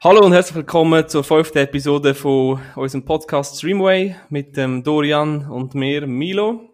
Hallo und herzlich willkommen zur 5. Episode von unserem Podcast Streamway mit dem Dorian und mir, Milo.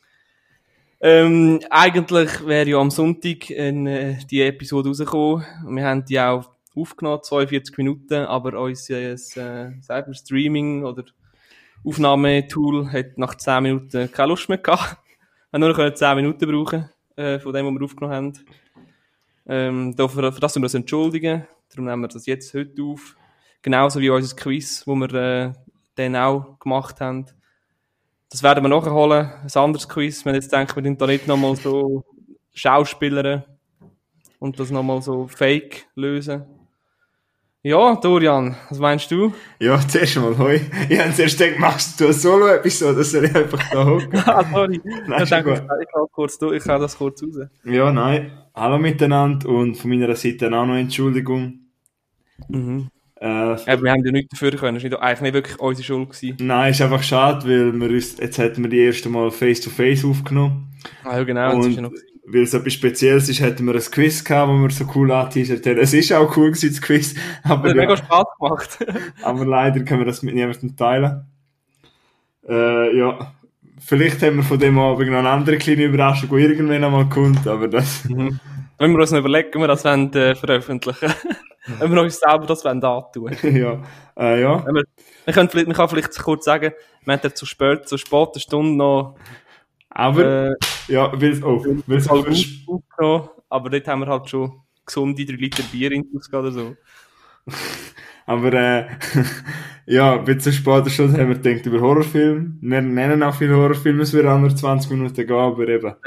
Eigentlich wäre ja am Sonntag die Episode rausgekommen. Wir haben die auch aufgenommen, 42 Minuten, aber unser Streaming oder Aufnahmetool hat nach 10 Minuten keine Lust mehr gehabt. Wir haben nur noch 10 Minuten brauchen von dem, was wir aufgenommen haben. Für das müssen wir uns entschuldigen. Darum nehmen wir das jetzt heute auf. Genauso wie unser Quiz, das wir dann auch gemacht haben. Das werden wir nachholen. Ein anderes Quiz. Wir haben jetzt gedacht, wir sind da nicht nochmal so Schauspielern und das nochmal so fake lösen. Ja, Dorian, was meinst du? Ja, zuerst mal, hoi. Ich habe zuerst gedacht, machst du eine Solo-Episode, dass soll ich einfach da hocken? Sorry. Nein, Ich denke, ich kann das kurz raus. Ja, nein. Hallo miteinander und von meiner Seite auch noch Entschuldigung. Mhm. Wir haben ja nichts dafür können. Das war eigentlich nicht wirklich unsere Schuld gewesen. Nein, ist einfach schade, weil jetzt hätten wir die erste Mal Face-to-Face aufgenommen. Ah, ja, genau. Und weil es etwas Spezielles ist, hätten wir ein Quiz gehabt, wo wir so cool angeteasert haben. Es ist auch cool gewesen, das Quiz. Aber hat mega Spaß gemacht. Aber leider können wir das mit niemandem teilen. Ja. Vielleicht haben wir von dem Abend noch eine andere kleine Überraschung, die irgendwann einmal kommt, aber das... Mhm. Wenn wir uns noch überlegen, wie wir das veröffentlichen wenn wir uns selber das antun ja. Ja. Man kann vielleicht kurz sagen, wir haben zu später Stunde noch... Aber, ja, weil es aufgenommen, aber dort haben wir halt schon gesunde 3 Liter Bier intus oder so. Aber, ja, bis zur später Stunde haben wir gedacht über Horrorfilme. Wir nennen auch viele Horrorfilme, es wird andere 20 Minuten gehen, aber eben.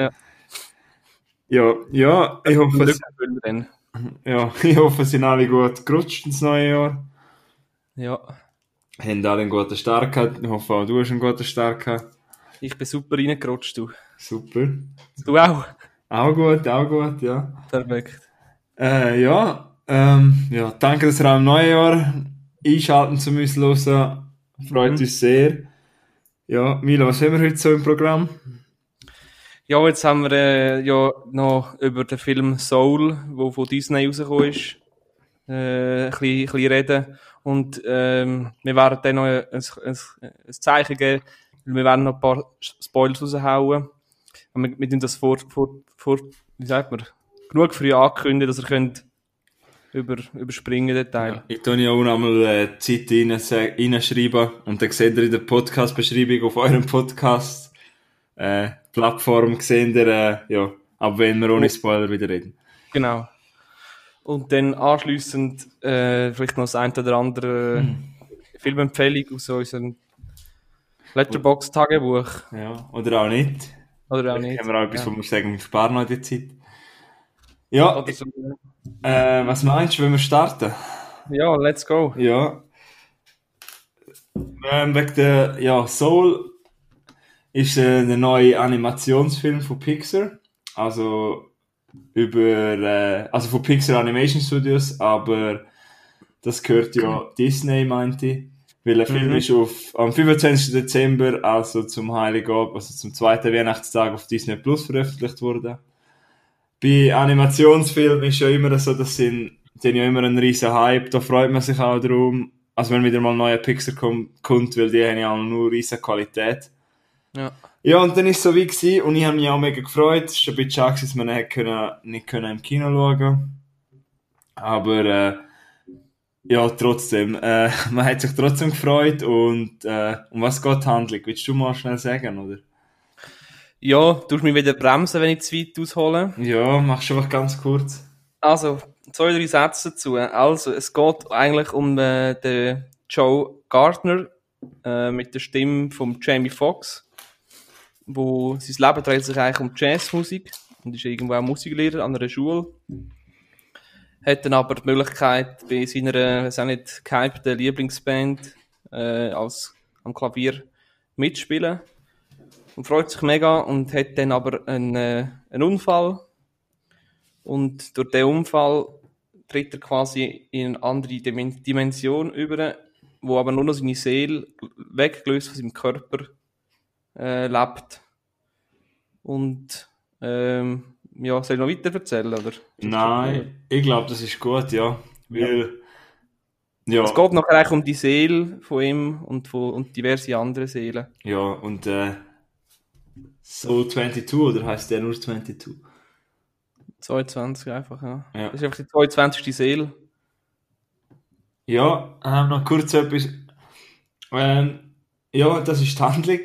Ja, ich hoffe, ich hoffe, es sind alle gut gerutscht ins neue Jahr. Ja. Haben alle einen guten Start gehabt. Ich hoffe auch, du hast einen guten Start gehabt. Ich bin super reingerutscht, du. Super. Du auch? Auch gut, ja. Perfekt. Ja, danke, dass ihr auch im neuen Jahr einschalten zu uns hören. Freut uns sehr. Ja, Milo, was haben wir heute so im Programm? Ja, jetzt haben wir ja noch über den Film Soul, der von Disney rausgekommen ist, ein bisschen reden. Und wir werden dann noch ein Zeichen geben, weil wir werden noch ein paar Spoilers raushauen. Und wir tun das wie sagt man, genug früh ankündigen, dass ihr könnt überspringen den Teil. Ja, ich tue ja auch nochmal die Zeit reinschreiben und dann seht ihr in der Podcast-Beschreibung auf eurem Podcast Plattform gesehen, ja, ab wenn wir ohne Spoiler wieder reden. Genau. Und dann anschliessend vielleicht noch das ein oder andere Filmempfehlung aus unserem Letterboxd-Tagebuch. Ja, oder auch nicht. Oder auch nicht. Haben wir auch etwas, wo wir sagen, wir sparen noch in der Zeit. Ja, so. Was meinst du, wenn wir starten? Ja, let's go. Ja. Wegen der, Soul ist der neue Animationsfilm von Pixar. Also von Pixar Animation Studios, aber das gehört ja Disney, meinte ich. Weil der Film ist am 25. Dezember, also zum Heiligabend, also zum 2. Weihnachtstag auf Disney Plus veröffentlicht worden. Bei Animationsfilmen ist ja immer so, die haben ja immer einen riesen Hype, da freut man sich auch drum. Also wenn wieder mal ein neuer Pixar kommt, weil die haben ja auch nur riesen Qualität. Ja, und dann ist es so wie gewesen, und ich habe mich auch mega gefreut. Es ist ein bisschen schade, dass wir nicht im Kino schauen können. Aber, ja, trotzdem, man hat sich trotzdem gefreut und, um was geht die Handlung? Willst du mal schnell sagen, oder? Ja, du musst mich wieder bremsen, wenn ich zu weit aushole. Ja, machst du einfach ganz kurz. Also, 2, 3 Sätze dazu. Also, es geht eigentlich um den Joe Gardner mit der Stimme von Jamie Foxx, wo sein Leben dreht sich eigentlich um Jazzmusik und ist irgendwo auch Musiklehrer an einer Schule. Hat dann aber die Möglichkeit, bei seiner, auch nicht gehypten Lieblingsband am Klavier mitspielen. Und freut sich mega und hat dann aber einen Unfall. Und durch den Unfall tritt er quasi in eine andere Dimension über, wo aber nur noch seine Seele, weggelöst von seinem Körper, lebt. Und soll ich noch weiter erzählen, oder? Nein, ich glaube, das ist gut, ja. Weil Ja. Es geht nachher eigentlich um die Seele von ihm und diverse andere Seelen. Ja, und Soul 22, oder heißt der nur 22? 22 einfach, ja. Ja. Das ist einfach die 22. Seele. Ja, noch kurz etwas. Ja, das ist die Handlung.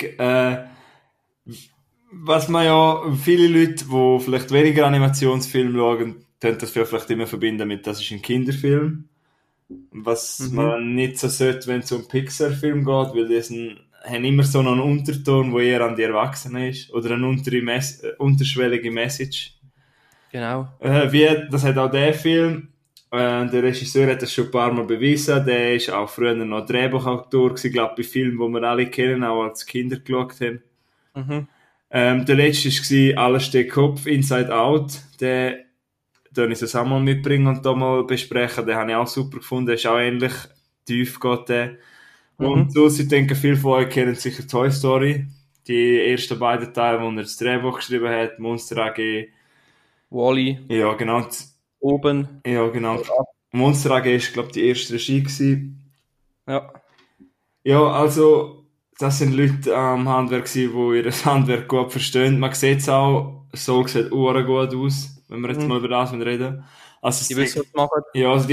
Was man ja, viele Leute, die vielleicht weniger Animationsfilme schauen, können das vielleicht immer verbinden mit, das ist ein Kinderfilm. Was man nicht so sollte, wenn es um einen Pixar-Film geht, weil die haben immer so einen Unterton, wo eher an die Erwachsenen ist. Oder eine unterschwellige Message. Genau. Das hat auch der Film. Der Regisseur hat das schon ein paar Mal bewiesen. Der ist auch früher noch Drehbuchautor gewesen, glaube ich, bei Filmen, die wir alle kennen, auch als Kinder geschaut haben. Mhm. Der letzte war «Alles steht Kopf», «Inside Out». Den ich das auch mal mitbringen und da mal besprechen. Den habe ich auch super gefunden. Der ist auch ähnlich tief geht der. Und so, ich denke, viele von euch kennen sicher Toy Story. Die ersten beiden Teile, wo er das Drehbuch geschrieben hat, Monster AG. Wall-E. Ja, genau. Oben. Ja, genau. Monster AG ist, glaube ich, die erste Regie gewesen. Ja. Ja, also, das sind Leute am Handwerk gewesen, die ihr Handwerk gut verstehen. Man sieht es auch, so sieht es gut aus, wenn wir jetzt mal über das reden. Also, Die wissen, was sie machen. Ja, also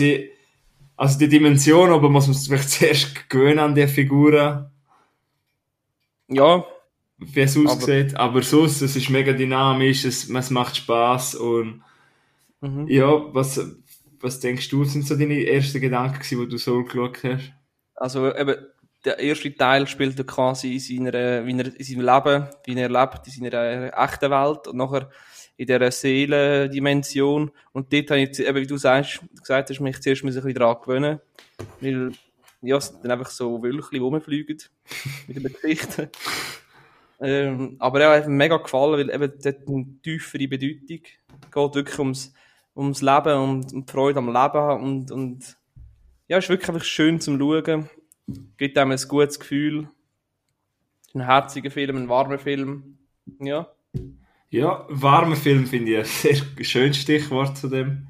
die Dimension, aber muss man sich vielleicht zuerst gewöhnen an die Figuren. Ja. Wie es aussieht. Aber sonst, es ist mega dynamisch, es macht Spass und ja, was denkst du, sind so deine ersten Gedanken gewesen, wo du so geschaut hast? Also eben, der erste Teil spielt er quasi in seinem Leben, wie er lebt, in seiner echten Welt und nachher in dieser Seelendimension. Und dort habe ich, eben, wie du gesagt hast, mich zuerst ein bisschen daran gewöhnen. Weil, ja, es sind dann einfach so Wölkchen, die rumfliegen. Mit den Gesichtern. Aber er hat mir mega gefallen, weil eben dort eine tiefere Bedeutung geht wirklich ums Leben und um die Freude am Leben und ja, ist wirklich einfach schön zum Schauen. Gibt einem ein gutes Gefühl. Ein herziger Film, ein warmer Film. Ja. Ja, warmer Film finde ich ein sehr schönes Stichwort zu dem.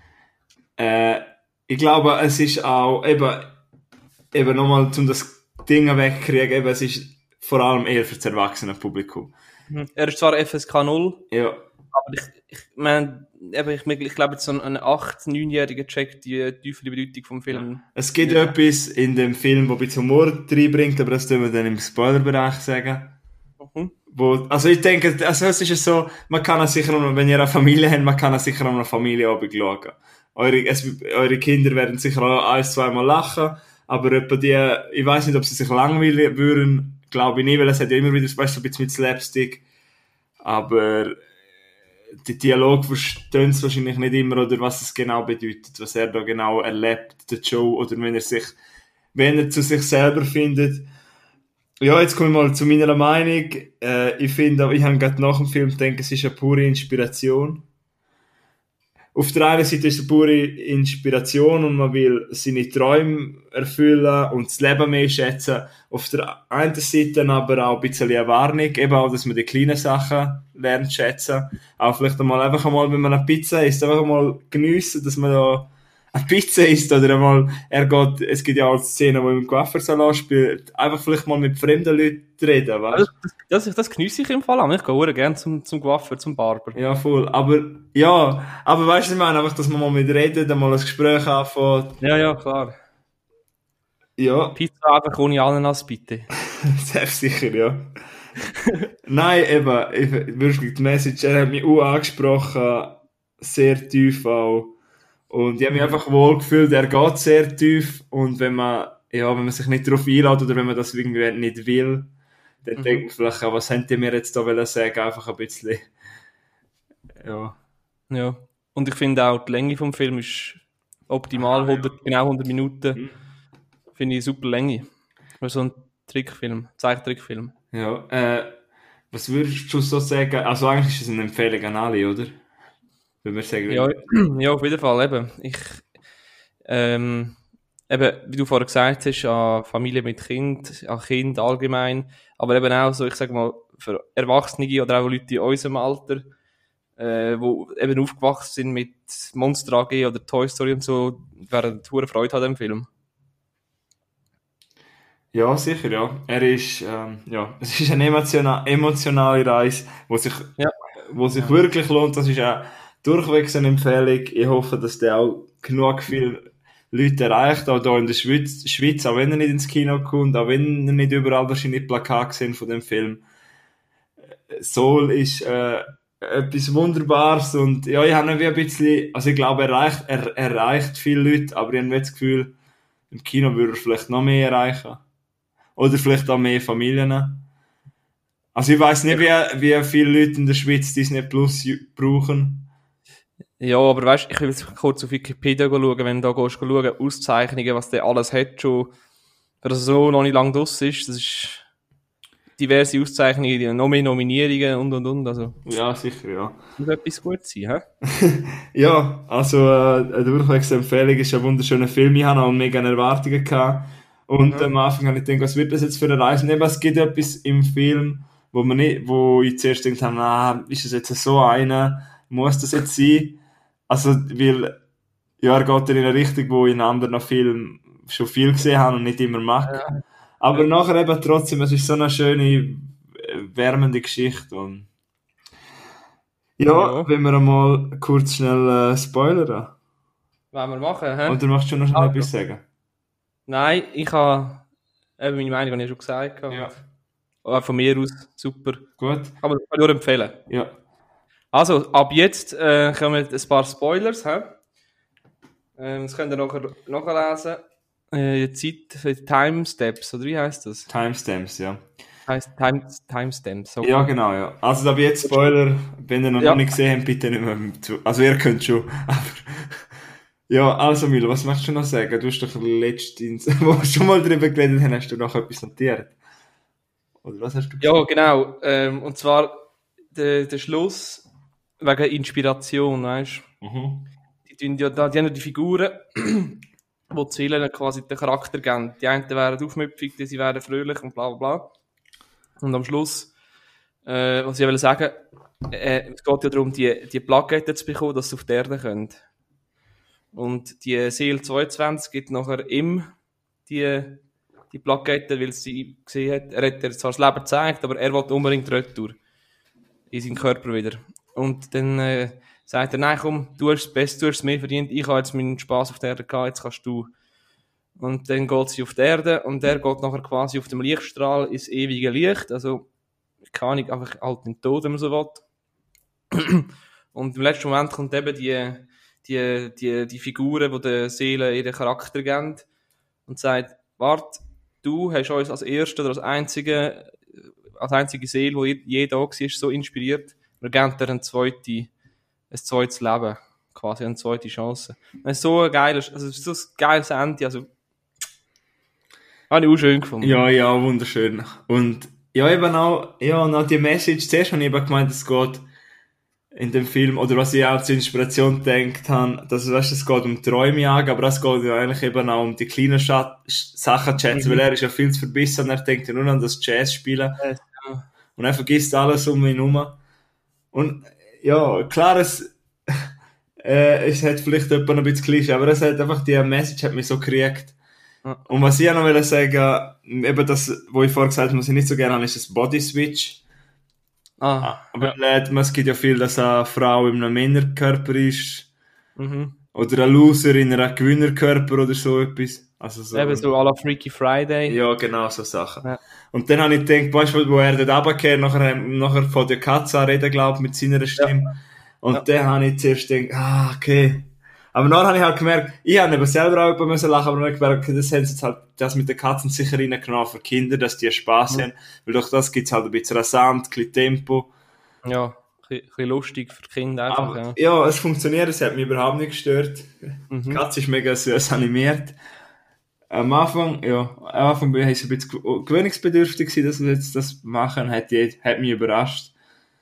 Ich glaube, es ist auch eben nochmal, um das Ding wegzukriegen, eben, es ist vor allem eher für das erwachsene Publikum. Er ist zwar FSK 0, ja. aber ich meine, ich glaube, jetzt so ein 8-, 9-Jähriger checkt die tiefere Bedeutung vom Film. Ja. Es gibt etwas in dem Film, das ein bisschen Humor reinbringt, aber das tun wir dann im Spoilerbereich sagen. Also ich denke, also es ist so, man kann es sicher, wenn ihr eine Familie habt, man kann es sicher an einer Familienabend schauen. Eure Kinder werden sicher auch 1-2 Mal lachen, aber etwa ich weiß nicht, ob sie sich langweilen würden, glaube ich nicht, weil es hat ja immer wieder, weißt du, so ein bisschen mit Slapstick, aber die Dialog verstehen es wahrscheinlich nicht immer, oder was es genau bedeutet, was er da genau erlebt, der Joe, oder wenn er zu sich selber findet. Ja, jetzt komme ich mal zu meiner Meinung. Ich finde, ich habe gerade nach dem Film gedacht, es ist eine pure Inspiration. Auf der einen Seite ist es eine pure Inspiration und man will seine Träume erfüllen und das Leben mehr schätzen. Auf der einen Seite aber auch ein bisschen eine Warnung, eben auch, dass man die kleinen Sachen lernt schätzen. Auch vielleicht einfach einmal, wenn man eine Pizza isst, einfach mal geniessen, dass man da eine Pizza isst oder einmal, es gibt ja auch Szenen, wo im Coiffeursalon spielt, einfach vielleicht mal mit fremden Leuten reden, weißt du? Das geniesse ich im Fall an. Ich gehe gerne zum Coiffeur, zum Barber. Ja, voll. Aber weißt du, ich meine einfach, dass man mal mit redet, einmal ein Gespräch anfängt. Ja, klar. Ja. Pizza einfach ohne Ananas, bitte. Selbstsicher, ja. Nein, eben, wirklich, die Message, er hat mich auch angesprochen, sehr tief auch. Und ich habe mich einfach wohl gefühlt, er geht sehr tief und wenn man sich nicht darauf einlädt oder wenn man das irgendwie nicht will, dann denkt man vielleicht auch, was hätten die mir jetzt da sagen, einfach ein bisschen, ja. Ja, und ich finde auch, die Länge vom Film ist optimal, genau 100 Minuten, finde ich super Länge. So ein Zeichentrickfilm. Ja, was würdest du so sagen, also eigentlich ist es eine Empfehlung an alle, oder? Wenn wir sagen, ja, auf jeden Fall, eben. Eben, wie du vorher gesagt hast, an Familie mit Kind, an Kind allgemein, aber eben auch so, ich sag mal, für Erwachsene oder auch Leute in unserem Alter, wo eben aufgewachsen sind mit Monster AG oder Toy Story und so, werden eine Freude an dem Film. Ja, sicher, ja. Er ist, es ist eine emotionale Reise, Ja. wo sich wirklich lohnt. Das ist auch durchwegs eine Empfehlung. Ich hoffe, dass der auch genug viele Leute erreicht, auch hier in der Schweiz, auch wenn er nicht ins Kino kommt, auch wenn er nicht überall wahrscheinlich Plakate sind von dem Film. Soul ist, etwas Wunderbares und ja, ich habe ihn wie ein bisschen, also ich glaube, er erreicht viele Leute, aber ich habe das Gefühl, im Kino würde er vielleicht noch mehr erreichen. Oder vielleicht auch mehr Familien. Also ich weiß nicht, wie viele Leute in der Schweiz Disney Plus brauchen. Ja, aber weißt, ich will jetzt kurz auf Wikipedia schauen, wenn du da gehst, schauen, Auszeichnungen, was der alles hat schon, dass er so noch nicht lange draus ist, das ist diverse Auszeichnungen, noch mehr Nominierungen und, also. Ja, sicher, ja. Muss etwas gut sein, hä? Ja, also eine durchwegs Empfehlung, ist ein wunderschöner Film. Ich hatte auch mega Erwartungen gehabt. Und am Anfang habe ich gedacht, was wird das jetzt für eine Reise? Eben, es gibt etwas im Film, wo ich zuerst gedacht habe, ist das jetzt so einer? Muss das jetzt sein? Also, weil, ja, er geht in eine Richtung, wo ich in anderen Filmen schon viel gesehen habe und nicht immer mag. Ja. Aber nachher eben trotzdem, es ist so eine schöne, wärmende Geschichte und ja, wenn wir einmal kurz schnell spoilern. Wollen wir machen, hä? Oder machst du noch schnell etwas sagen? Nein, ich habe eben meine Meinung, habe ich schon gesagt. Ja. Aber von mir aus, super. Gut. Aber ich kann nur empfehlen. Ja. Also, ab jetzt kommen ein paar Spoilers. He? Das könnt ihr nachlesen. Die Zeit für die Timestamps, oder wie heisst das? Timestamps, ja. Heißt Timestamps. Okay. Ja, genau, ja. Also ab jetzt Spoiler, wenn ihr noch nicht gesehen habt, bitte nicht mehr zu. Also ihr könnt schon, aber... Ja, also Milo, was möchtest du noch sagen? Du hast doch letztens, wo wir schon mal darüber geredet haben, hast du noch etwas notiert? Oder was hast du gesagt? Ja, genau. Und zwar der Schluss wegen Inspiration, weißt du? Mhm. Die haben ja die Figuren, die Zielen quasi den Charakter geben. Die einen wären aufmüpfig, die wären fröhlich und bla bla bla. Und am Schluss, was ich will sagen, es geht ja darum, die Plakette zu bekommen, dass sie auf die Erde können. Und die Seele 22 gibt nachher ihm die Plakette, weil sie gesehen hat, er hat ihr zwar das Leben gezeigt, aber er wollte unbedingt retour in seinen Körper wieder. Und dann sagt er, nein komm, du hast das Beste, du hast es mehr verdient, ich habe jetzt meinen Spass auf der Erde gehabt, jetzt kannst du. Und dann geht sie auf die Erde und er geht nachher quasi auf dem Lichtstrahl ins ewige Licht, also keine Ahnung, einfach halt in den Tod, wenn man so will. Und im letzten Moment kommt eben die Figuren, die der Seele ihren Charakter geben und sagt, warte, du hast uns als Erste oder als einzige Seele, die je da war, so inspiriert, wir geben dir ein zweites Leben, quasi eine zweite Chance. Das ist so ein geiles Ende, also habe ich auch schön gefunden. Ja, wunderschön. Und ja, eben auch, ja, noch die Message, zuerst habe ich eben gemeint, es geht in dem Film, oder was ich auch zur Inspiration gedacht habe, dass es geht um Träume jagen, aber es geht ja eigentlich eben auch um die kleinen Sachen zu schätzen, weil er ist ja viel zu verbissen, er denkt ja nur an das Jazz spielen. Ja. Und er vergisst alles um ihn herum. Und ja, klar, es hat vielleicht jemand ein bisschen Klischee, aber es hat einfach, die Message hat mich so gekriegt. Ja. Und was ich auch noch will sagen, eben das, wo ich vorher gesagt habe, was ich nicht so gerne habe, ist das Body Switch. Aber es gibt ja viel, dass eine Frau in einem Männerkörper ist. Mhm. Oder ein Loser in einem Gewinnerkörper oder so etwas. Also so. Eben so à la Freaky Friday. Ja, genau, so Sachen. Ja. Und dann habe ich gedacht, weißt du, wo er dort runterkehrt, nachher von der Katze reden, glaube ich, mit seiner Stimme. Ja. Und dann habe ich zuerst gedacht, okay. Aber dann habe ich halt gemerkt, ich habe eben selber auch lachen, aber dann habe ich gemerkt, okay, das haben sie jetzt halt, das mit den Katzen sicher reingenommen für Kinder, dass die Spaß haben. Weil durch das gibt es halt ein bisschen rasant, ein bisschen Tempo. Ja, ein bisschen lustig für die Kinder einfach. Aber, ja, es funktioniert, es hat mich überhaupt nicht gestört. Die Katze ist mega süß animiert. Am Anfang war ich ein bisschen gewöhnungsbedürftig, dass wir jetzt das machen, hat mich überrascht.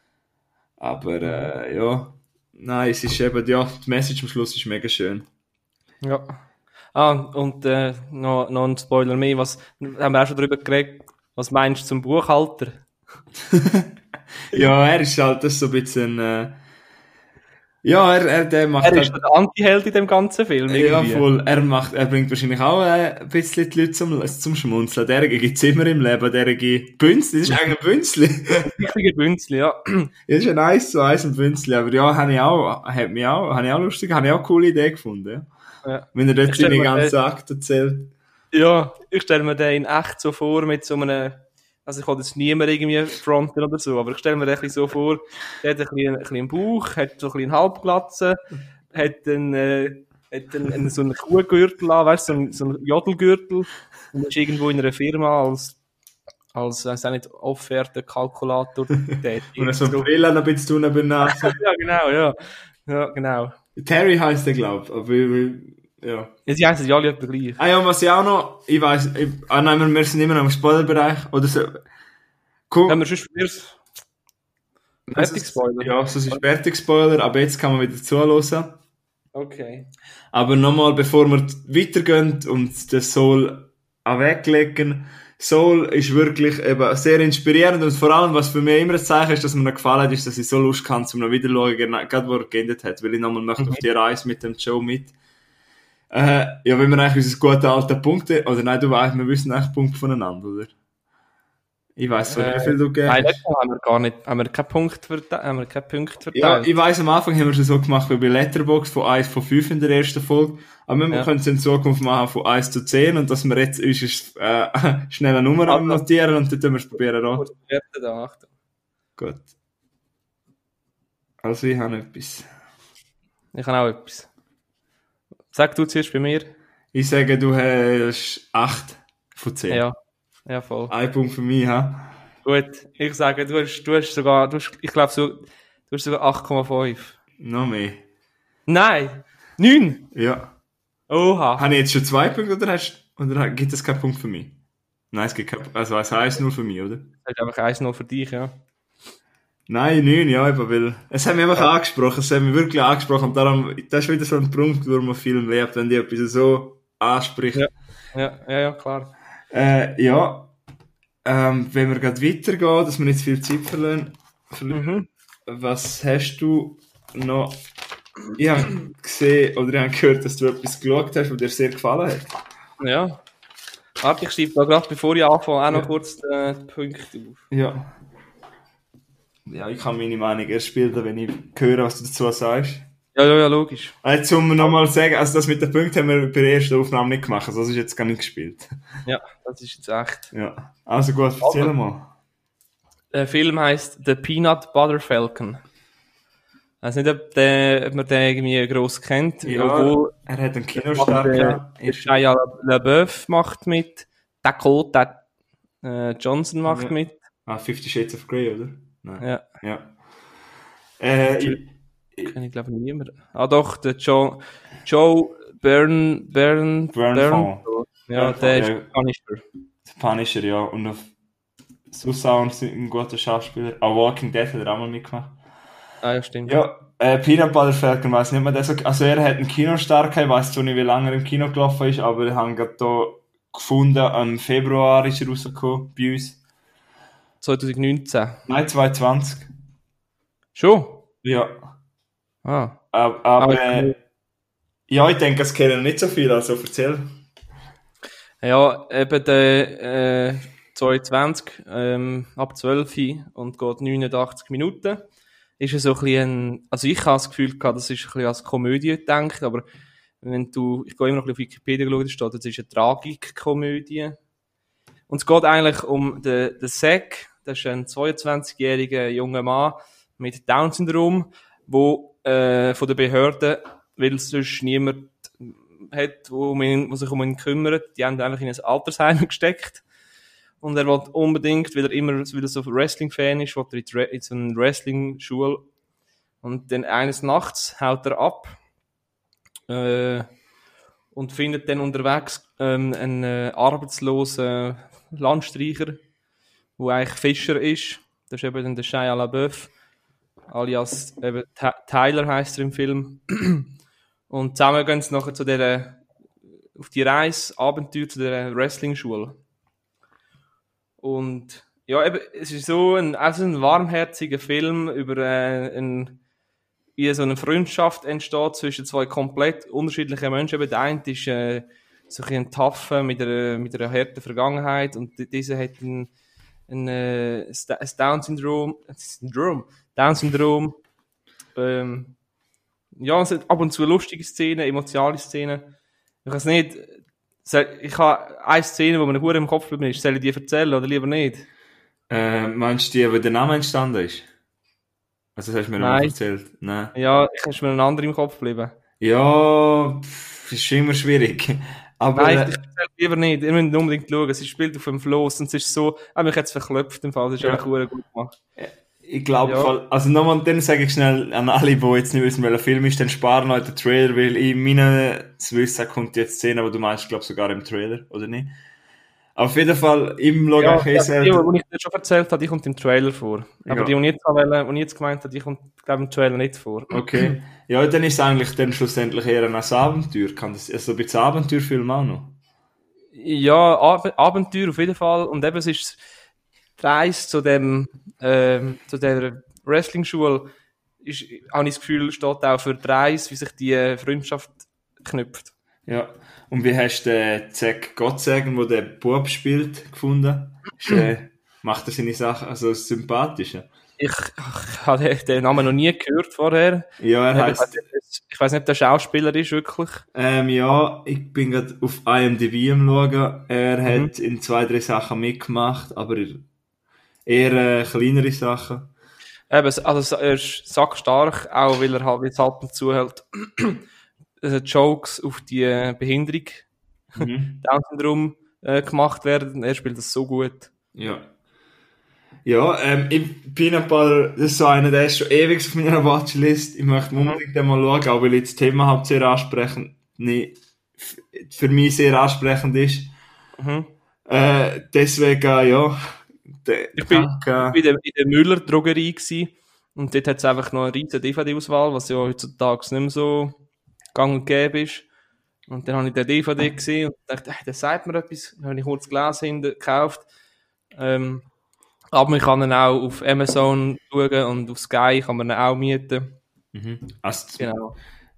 Aber, ja. Nein, es ist eben, ja, die Message am Schluss ist mega schön. Ja. Und noch ein Spoiler mehr, haben wir auch schon darüber geredet, was meinst du zum Buchhalter? Ja, er ist halt, das ist so ein bisschen, Ja, der macht Er ist der Anti-Held in dem ganzen Film. Ja, Irgendwie. voll. Er bringt wahrscheinlich auch ein bisschen die Leute zum Schmunzeln. Der gibt's immer im Leben. Der Bünzli, das ist eigentlich ein Bünzli. Ein richtiger Bünzli, ja. Das ist ein 1:1 ein Bünzli. Aber ja, habe ich auch lustig, habe ich auch eine coole Idee gefunden. Ja. Ja. Wenn er dort seine ganzen Akt erzählt. Ja, ich stelle mir den in echt so vor mit so einem, also ich kann das niemand irgendwie fronten oder so, aber ich stelle mir den ein bisschen so vor, der hat ein bisschen Bauch, hat so ein bisschen Halbglatze, hat so einen Kuhgürtel an, weißt du, so einen Jodelgürtel und ist irgendwo in einer Firma als auch nicht Offertenkalkulator tätig. Und so eine Brille noch ein bisschen tun über Nase. Ja, genau, ja. Ja, genau. Terry heisst der, glaub ich. Ja. Ja, sie heißen ja alle etwa gleich. Ah ja, was ich auch noch, nein, wir sind immer noch im Spoilerbereich, oder so. Cool. Wenn wir schon spielst, fertig Spoiler. Ja, das ist fertig Spoiler, aber jetzt kann man wieder zuhören. Okay. Aber nochmal, bevor wir weitergehen und das Soul auch weglegen, Soul ist wirklich eben sehr inspirierend und vor allem, was für mich immer ein Zeichen ist, dass mir noch gefallen hat, ist, dass ich so Lust kann, zum noch wieder zu schauen, gerade wo er geendet hat, weil ich nochmal möchte auf die Reise mit dem Joe mit. Ja, wenn wir eigentlich unser gute alte Punkte, oder nein, du weißt, wir wissen eigentlich Punkte voneinander, oder? Ich weiss zwar, wie viel du gegeben Nein, hast. haben wir gar nicht, haben wir keinen Punkt verteilt. Ja, ich weiss, am Anfang haben wir es so gemacht wie bei Letterboxd von 1 von 5 in der ersten Folge. Aber wir können es in Zukunft machen von 1 zu 10 und dass wir jetzt uns schnell eine Nummer annotieren und dann tun wir es probieren an. Da, Achtung. Gut. Also ich habe etwas. Ich habe auch etwas. Sag du zuerst bei mir. Ich sage, du hast 8 von 10. Ja, voll. Ein Punkt für mich, ha? Gut, ich sage, ich glaube sogar 8,5. Noch mehr. Nein! 9! Ja. Oha! Habe ich jetzt schon 2 Punkte oder gibt es keinen Punkt für mich? Nein, es gibt keinen Punkt. Also es heisst nur für mich, oder? Das ist einfach 1-0 für dich, ja. Nein, 9, ja, eben, weil es hat mich einfach angesprochen, es hat mich wirklich angesprochen und darum, das ist wieder so ein Punkt, wo man Film lebt, wenn die etwas so anspricht. Ja, klar. Wenn wir gerade weitergehen, dass wir nicht zu viel Zeit verlieren. Was hast du noch? Ich habe gesehen, oder ich habe gehört, dass du etwas geschaut hast, was dir sehr gefallen hat. Ja. Warte, ich schreibe da gerade, bevor ich anfange, auch noch kurz die Punkte auf. Ja. Ja, ich kann meine Meinung erst bilden, wenn ich höre, was du dazu sagst. Ja, logisch. Jetzt um nochmal zu sagen, also das mit den Punkten haben wir bei der ersten Aufnahme nicht gemacht, also das ist jetzt gar nicht gespielt. Ja, das ist jetzt echt. Ja. Also gut, erzähl mal. Der Film heisst The Peanut Butter Falcon. Ich weiß nicht, ob man den irgendwie gross kennt. Ja, obwohl er hat einen Kinostart gehabt. Shia LaBeouf macht mit. Dakota Johnson macht mit. 50 Shades of Grey, oder? Nein. Ja. Kenn ich glaube niemand. Ah doch, der Joe Bernthal. Ja, der ist Punisher. Der Punisher, ja. Und auf Susan ein guter Schauspieler. Auch Walking Dead hat er auch mal mitgemacht. Ah ja, stimmt. Ja, Peanut Butter Falcon, weiss nicht mehr. Also er hat einen Kinostart gehabt, ich weiss zwar nicht, wie lange er im Kino gelaufen ist, aber ich habe gerade hier gefunden, im Februar ist er rausgekommen, bei uns. 2019. Nein, 2020. Schon? Ja. Ah. Aber ja, ich denke, es kennen nicht so viel, also erzähl. Ja, eben der 22 ab 12 und geht 89 Minuten. Ist so ein bisschen also ich habe das Gefühl gehabt, das ist ein bisschen als Komödie gedacht, aber ich gehe immer noch auf Wikipedia schauen, da steht, das ist eine Tragikkomödie. Und es geht eigentlich um den Zack, das ist ein 22-jähriger junger Mann mit Down-Syndrom, wo von der Behörde, weil es sonst niemand hat, wo sich um ihn kümmert, die haben ihn einfach in ein Altersheim gesteckt. Und er will unbedingt, weil er so Wrestling-Fan ist, will er in so eine Wrestling-Schule. Und dann eines Nachts haut er ab und findet dann unterwegs einen arbeitslosen Landstreicher, der eigentlich Fischer ist. Das ist eben dann der Shia LaBeouf, alias eben Tyler heisst er im Film. Und zusammen gehen sie nachher auf die Reise, Abenteuer zu der Wrestling-Schule. Und ja, eben, es ist so ein warmherziger Film über einen wie so eine Freundschaft entsteht zwischen zwei komplett unterschiedlichen Menschen. Eben der eine ist so ein Taffe mit einer harten Vergangenheit und dieser hat ein Down-Syndrom. Down-Syndrom. Ja, es hat ab und zu lustige Szenen, emotionale Szenen. Ich weiß nicht, ich habe eine Szene, die mir gut im Kopf geblieben ist. Soll ich die erzählen oder lieber nicht? Meinst du die, wo der Name entstanden ist? Also, das hast du mir noch Nein. erzählt. Nein. Ja, ich ist mir ein anderer im Kopf geblieben. Ja, ist immer schwierig. Aber, Nein, ich erzähle lieber nicht. Ihr müsst unbedingt schauen. Sie spielt auf dem Floss und es ist so, mich hat es verklopft im Fall. Das ist Ja. einfach gut gemacht. ich glaube, Ja. also nochmal, dann sage ich schnell an alle, die jetzt nicht wissen, welcher Film ist, dann sparen euch den Trailer, weil in meinen Wissen kommt jetzt Szene, aber du meinst, glaube sogar im Trailer, oder nicht? Auf jeden Fall, im Ja, Logan die, Case. die ich dir schon erzählt habe, die kommt im Trailer vor. Aber Ja. die ich jetzt gemeint habe, die kommt, glaube ich, im Trailer nicht vor. Okay. Ja, dann ist es eigentlich dann schlussendlich eher ein Abenteuer. Kann das, also ein bisschen Abenteuerfilm auch noch? Ja, Abenteuer auf jeden Fall. Und eben, es ist die Reise zu zu der Wrestling-Schule, habe ich das Gefühl, steht auch für die Reise, wie sich die Freundschaft knüpft. Ja. Und wie hast du den Zack Gottsagen, der den Bub spielt, gefunden? Macht er seine Sachen, also sympathisch? Ich habe den Namen noch nie gehört vorher. Ja, er heisst... Ich weiß nicht, ob der Schauspieler ist, wirklich. Ja, ich bin gerade auf IMDb am schauen. Er hat in 2-3 Sachen mitgemacht, aber eher kleinere Sachen. Eben, also er ist sackstark, auch weil er halt, wie es ab und zu halt Jokes auf die Behinderung, Down-Syndrom gemacht werden. Er spielt das so gut. Ja. Ja, Peanut Butter, das ist so einer, der ist schon ewig auf meiner Watchlist. Ich möchte unbedingt mal schauen, auch weil ich das Thema halt sehr ansprechend, für mich sehr ansprechend ist. Deswegen, ja. Ich bin in der Müller-Drogerie gewesen, und dort hat es einfach noch eine riesige DVD-Auswahl, was ja heutzutage nicht mehr so gang und gäbe ist. Und dann habe ich den DVD gesehen und dachte, der sagt mir etwas. Dann habe ich kurz gelesen, gekauft. Aber man kann ihn auch auf Amazon schauen und auf Sky kann man ihn auch mieten. Also, Genau.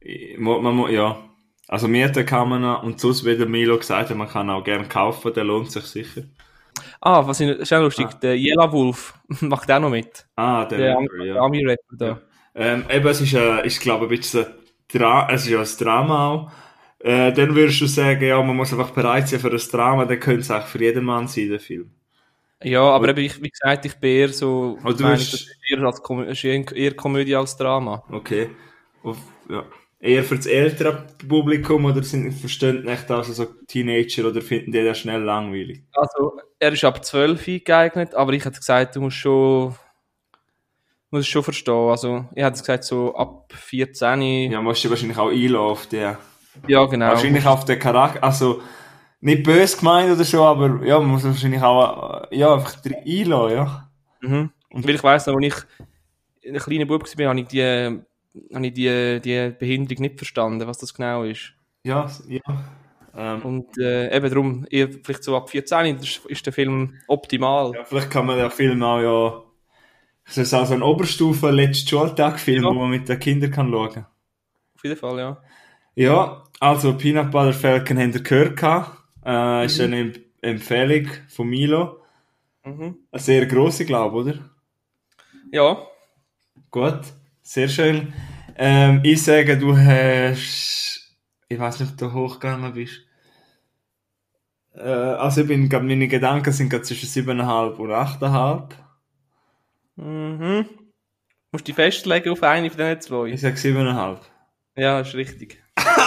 Ja. Also mieten kann man ihn, und sonst, wie der Milo gesagt hat, man kann auch gerne kaufen, der lohnt sich sicher. Was ist auch lustig, der Yellow Wolf macht auch noch mit. Der Army-Rapper da. Eben, es ist glaube ich, ein bisschen es ist ja ein Drama auch. Dann würdest du sagen, ja, man muss einfach bereit sein für das Drama, dann könnte es auch für jeden Mann sein, der Film. Ja, aber eben, wie gesagt, ich bin eher so, das ist eher Komödie als Drama. Okay. Ja. Eher für das ältere Publikum, oder verstehen nicht also so Teenager, oder finden die das schnell langweilig? Also, er ist ab 12 geeignet, aber ich hätte gesagt, du musst es schon verstehen. Also, ich hätte gesagt, so ab 14. Ja, musst du wahrscheinlich auch einlassen auf den. Ja, genau. Wahrscheinlich auf den Charakter, also nicht böse gemeint oder so, aber ja, man muss wahrscheinlich auch einfach einlassen, ja. Und weil ich weiss noch, als ich ein kleiner Bub war, habe ich die Behinderung nicht verstanden, was das genau ist. Ja. Und eben darum, eher vielleicht so ab 14 ist der Film optimal. Ja, vielleicht kann man den Film auch, ja, es ist also ein Oberstufe letzten Schultag-Film, wo man mit den Kindern kann schauen. Auf jeden Fall, ja. Ja, also Peanut Butter Falcon haben wir gehört. Ist eine Empfehlung von Milo. Eine sehr grosse, glaube ich, oder? Ja. Gut, sehr schön. Ich sage, du hast... Ich weiß nicht, ob du hochgegangen bist. Also ich bin, glaube, meine Gedanken sind gerade zwischen 7,5 und 8,5. Musst du dich festlegen auf eine von diesen zwei? Ich sage 7,5. Ja, ist richtig.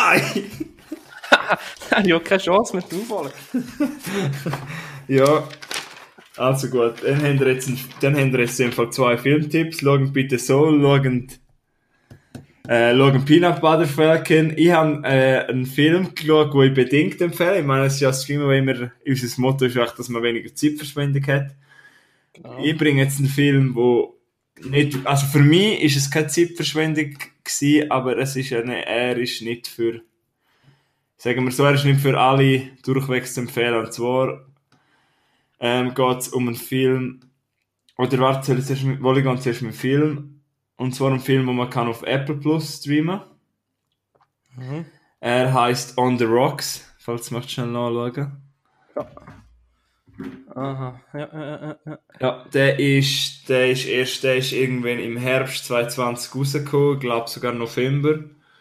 Ich habe keine Chance mehr zu aufholen. Ja, also gut. Dann haben wir jetzt einfach 2 Filmtipps. Schauen bitte Soul, schauen Peanut Butter Falcon. Ich habe einen Film geschaut, den ich bedingt empfehle. Ich meine, es ist ja das Streamen, weil immer unser Motto ist, dass man weniger Zeitverschwendung hat. Genau. Ich bringe jetzt einen Film, wo nicht, also für mich ist es keine Zeitverschwendung gewesen, aber er ist nicht für, sagen wir so, er ist nicht für alle durchwegs zu empfehlen. Und zwar geht es um einen Film, oder warte, soll ich zuerst mit dem Film? Und zwar ein Film, den man kann auf Apple Plus streamen. Mhm. Er heisst On the Rocks, falls du möchtest schnell nachschauen. Ja. Aha. Ja. Ja, der ist irgendwann im Herbst 2020 rausgekommen, ich glaube sogar November.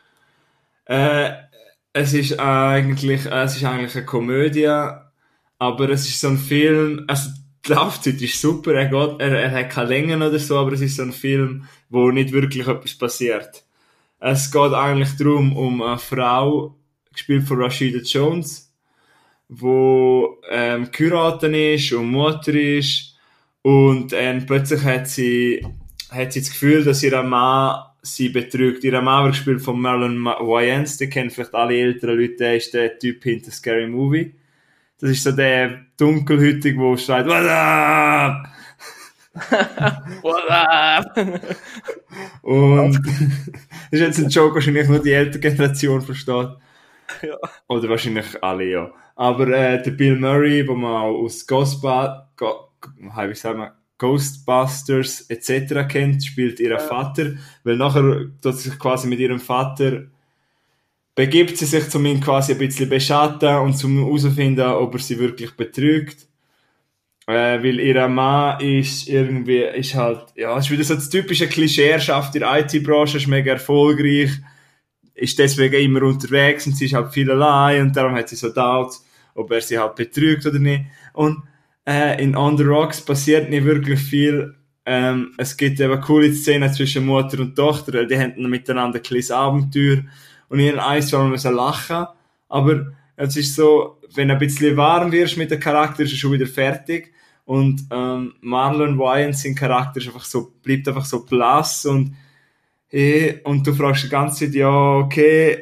Es ist eigentlich eine Komödie, aber es ist so ein Film, also die Laufzeit ist super, er hat keine Längen oder so, aber es ist so ein Film, wo nicht wirklich etwas passiert. Es geht eigentlich darum, um eine Frau, gespielt von Rashida Jones, wo geheiratet ist und Mutter ist und plötzlich hat sie das Gefühl, dass ihr Mann sie betrügt. Ihr Mann wird gespielt von Marlon Wayans, den kennen vielleicht alle älteren Leute, der ist der Typ hinter Scary Movie. Das ist so der Dunkelhütige, der schreit, "What up?" What up? Und das ist jetzt ein Joke, wahrscheinlich nur die ältere Generation versteht. Ja. Oder wahrscheinlich alle, ja. Aber der Bill Murray, den man auch aus Ghostbusters etc. kennt, spielt ihren Vater, weil nachher tut sich quasi mit ihrem Vater begibt sie sich, um ihn quasi ein bisschen beschatten und zum herausfinden, ob er sie wirklich betrügt. Weil ihr Mann ist halt, ja, es ist wieder so das typische Klischee, er schafft in der IT-Branche, ist mega erfolgreich, ist deswegen immer unterwegs und sie ist halt viel allein und darum hat sie so Doubts, ob er sie halt betrügt oder nicht. Und in On the Rocks passiert nicht wirklich viel. Es gibt eben coole Szenen zwischen Mutter und Tochter, weil die haben miteinander ein kleines Abenteuer und in eins wollen wir so lachen, aber es ist so, wenn du ein bisschen warm wirst mit dem Charakter, ist er schon wieder fertig und Marlon Wayans, sein Charakter ist einfach so, bleibt einfach so blass und du fragst die ganze Zeit, ja, okay,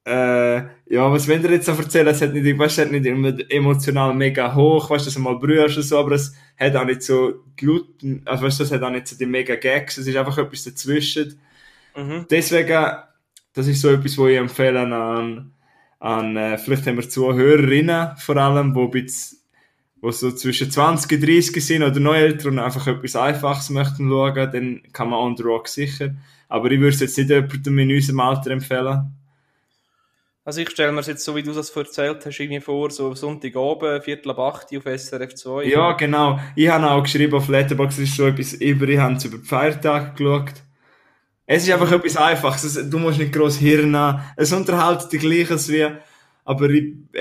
ja, was wollt ihr jetzt so erzählen? Es hat nicht, weißt, es hat nicht immer emotional mega hoch, weißt du, dass du mal brüllst oder so, aber es hat auch nicht so gluten, also weißt du, es hat auch nicht so die mega Gags, es ist einfach etwas dazwischen. Mhm. Deswegen, das ist so etwas, wo ich empfehle an vielleicht haben wir Zuhörerinnen vor allem, wo so zwischen 20 und 30 sind oder noch älter und einfach etwas Einfaches möchten schauen, dann kann man On the Rock sicher. Aber ich würde es jetzt nicht jemandem in unserem Alter empfehlen. Also ich stelle mir es jetzt, so wie du das erzählt hast, irgendwie vor, so Sonntagabend, 7:45 auf SRF 2. Ja, genau. Ich habe auch geschrieben auf Letterboxd, es ist so etwas ich habe es über die Feiertage geschaut. Es ist einfach etwas Einfaches. Du musst nicht gross Hirn haben. Es unterhält die Gleiches wie, aber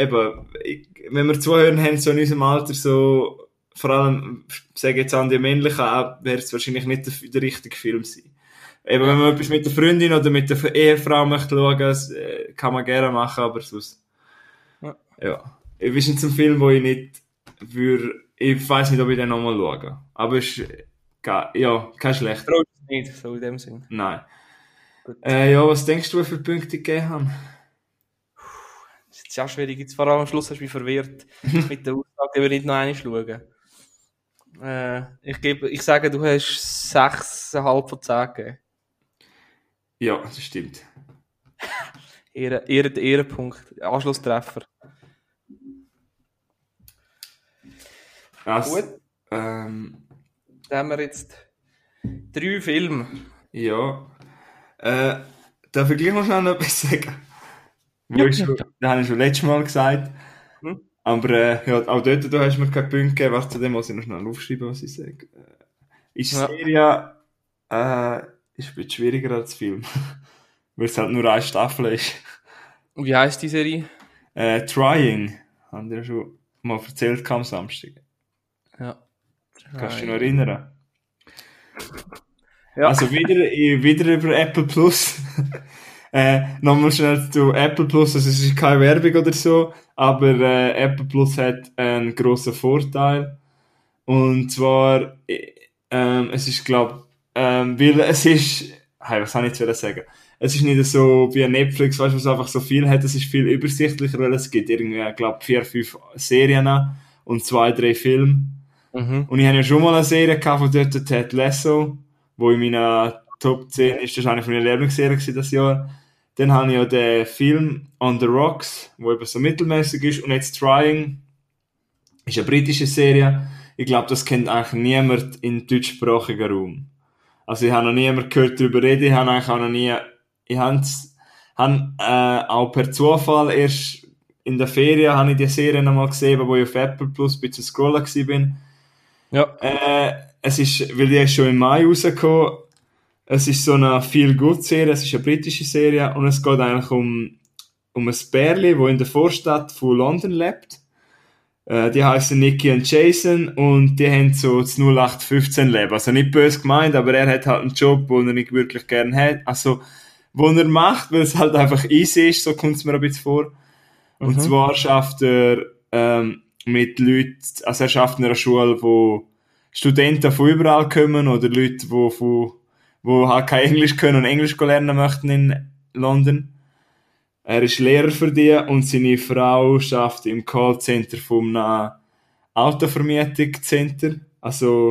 wenn wir zuhören haben, so in unserem Alter, so, vor allem, sage jetzt an die Männlichen, wäre es wahrscheinlich nicht der richtige Film sein. Wenn man etwas mit der Freundin oder mit der Ehefrau möchte schauen, das kann man gerne machen, aber sonst, ja. Es ist jetzt ein Film, wo ich nicht ich weiss nicht, ob ich den nochmal schaue. Aber es ist, ja, kein schlechter. Nicht, so in dem Sinn. Nein. Ja, was denkst du, wie viele Punkte die gegeben haben? Das ist ja schwierig. Jetzt vor allem am Schluss hast du mich verwirrt mit der Aussage, die wir nicht noch einmal schauen. Ich sage, du hast 6,5 von 10 gegeben. Ja, das stimmt. Ehrenpunkt. Anschlusstreffer. Also, Gut. Dann haben wir jetzt 3 Filme. Ja. Darf ich gleich noch schnell noch etwas sagen? Das habe ich schon letztes Mal gesagt. Aber ja, auch dort du hast mir keine Punkte gegeben. Warte, zu dem muss ich noch schnell aufschreiben, was ich sage. Ist Serie ist ein bisschen schwieriger als Film. Weil es halt nur eine Staffel ist. Wie heisst die Serie? Trying. Haben wir schon mal erzählt am Samstag. Ja. Kannst du dich noch erinnern? Ja. Also wieder über Apple Plus. Nochmal schnell zu Apple Plus. Also es ist keine Werbung oder so, aber Apple Plus hat einen grossen Vorteil. Und zwar, es ist, weil es ist, was soll ich jetzt sagen? Es ist nicht so wie Netflix, weißt du, was einfach so viel hat. Es ist viel übersichtlicher, weil es gibt irgendwie, 4, 5 Serien und 2, 3 Filme. Mhm. Und ich habe ja schon mal eine Serie gehabt von dort, Ted Lasso, wo in meiner Top 10 ist, das war eine von meinen Lieblingsserien dieses Jahr. Dann habe ich ja den Film On the Rocks, wo eben so mittelmäßig ist. Und jetzt Trying ist eine britische Serie. Ich glaube, das kennt eigentlich niemand im deutschsprachigen Raum. Also ich habe noch nie jemand gehört darüber reden, ich habe eigentlich auch noch nie, ich habe auch per Zufall erst in der Ferien habe ich die Serie nochmal gesehen, wo ich auf Apple Plus ein bisschen scrollen war. Ja. Es ist, weil die ist schon im Mai rausgekommen, es ist so eine Feel-Good-Serie, es ist eine britische Serie und es geht eigentlich um ein Pärchen, das in der Vorstadt von London lebt. Die heißen Nicky und Jason und die haben so das 0815 Leben. Also nicht böse gemeint, aber er hat halt einen Job, den er nicht wirklich gerne hat. Also, wo er macht, weil es halt einfach easy ist, so kommt es mir ein bisschen vor. Und zwar schafft er mit Leuten, also er schafft in einer Schule, wo Studenten von überall kommen oder Leute, wo halt kein Englisch können und Englisch lernen möchten in London. Er ist Lehrer für die und seine Frau arbeitet im Callcenter von einem Autovermietungscenter. Also,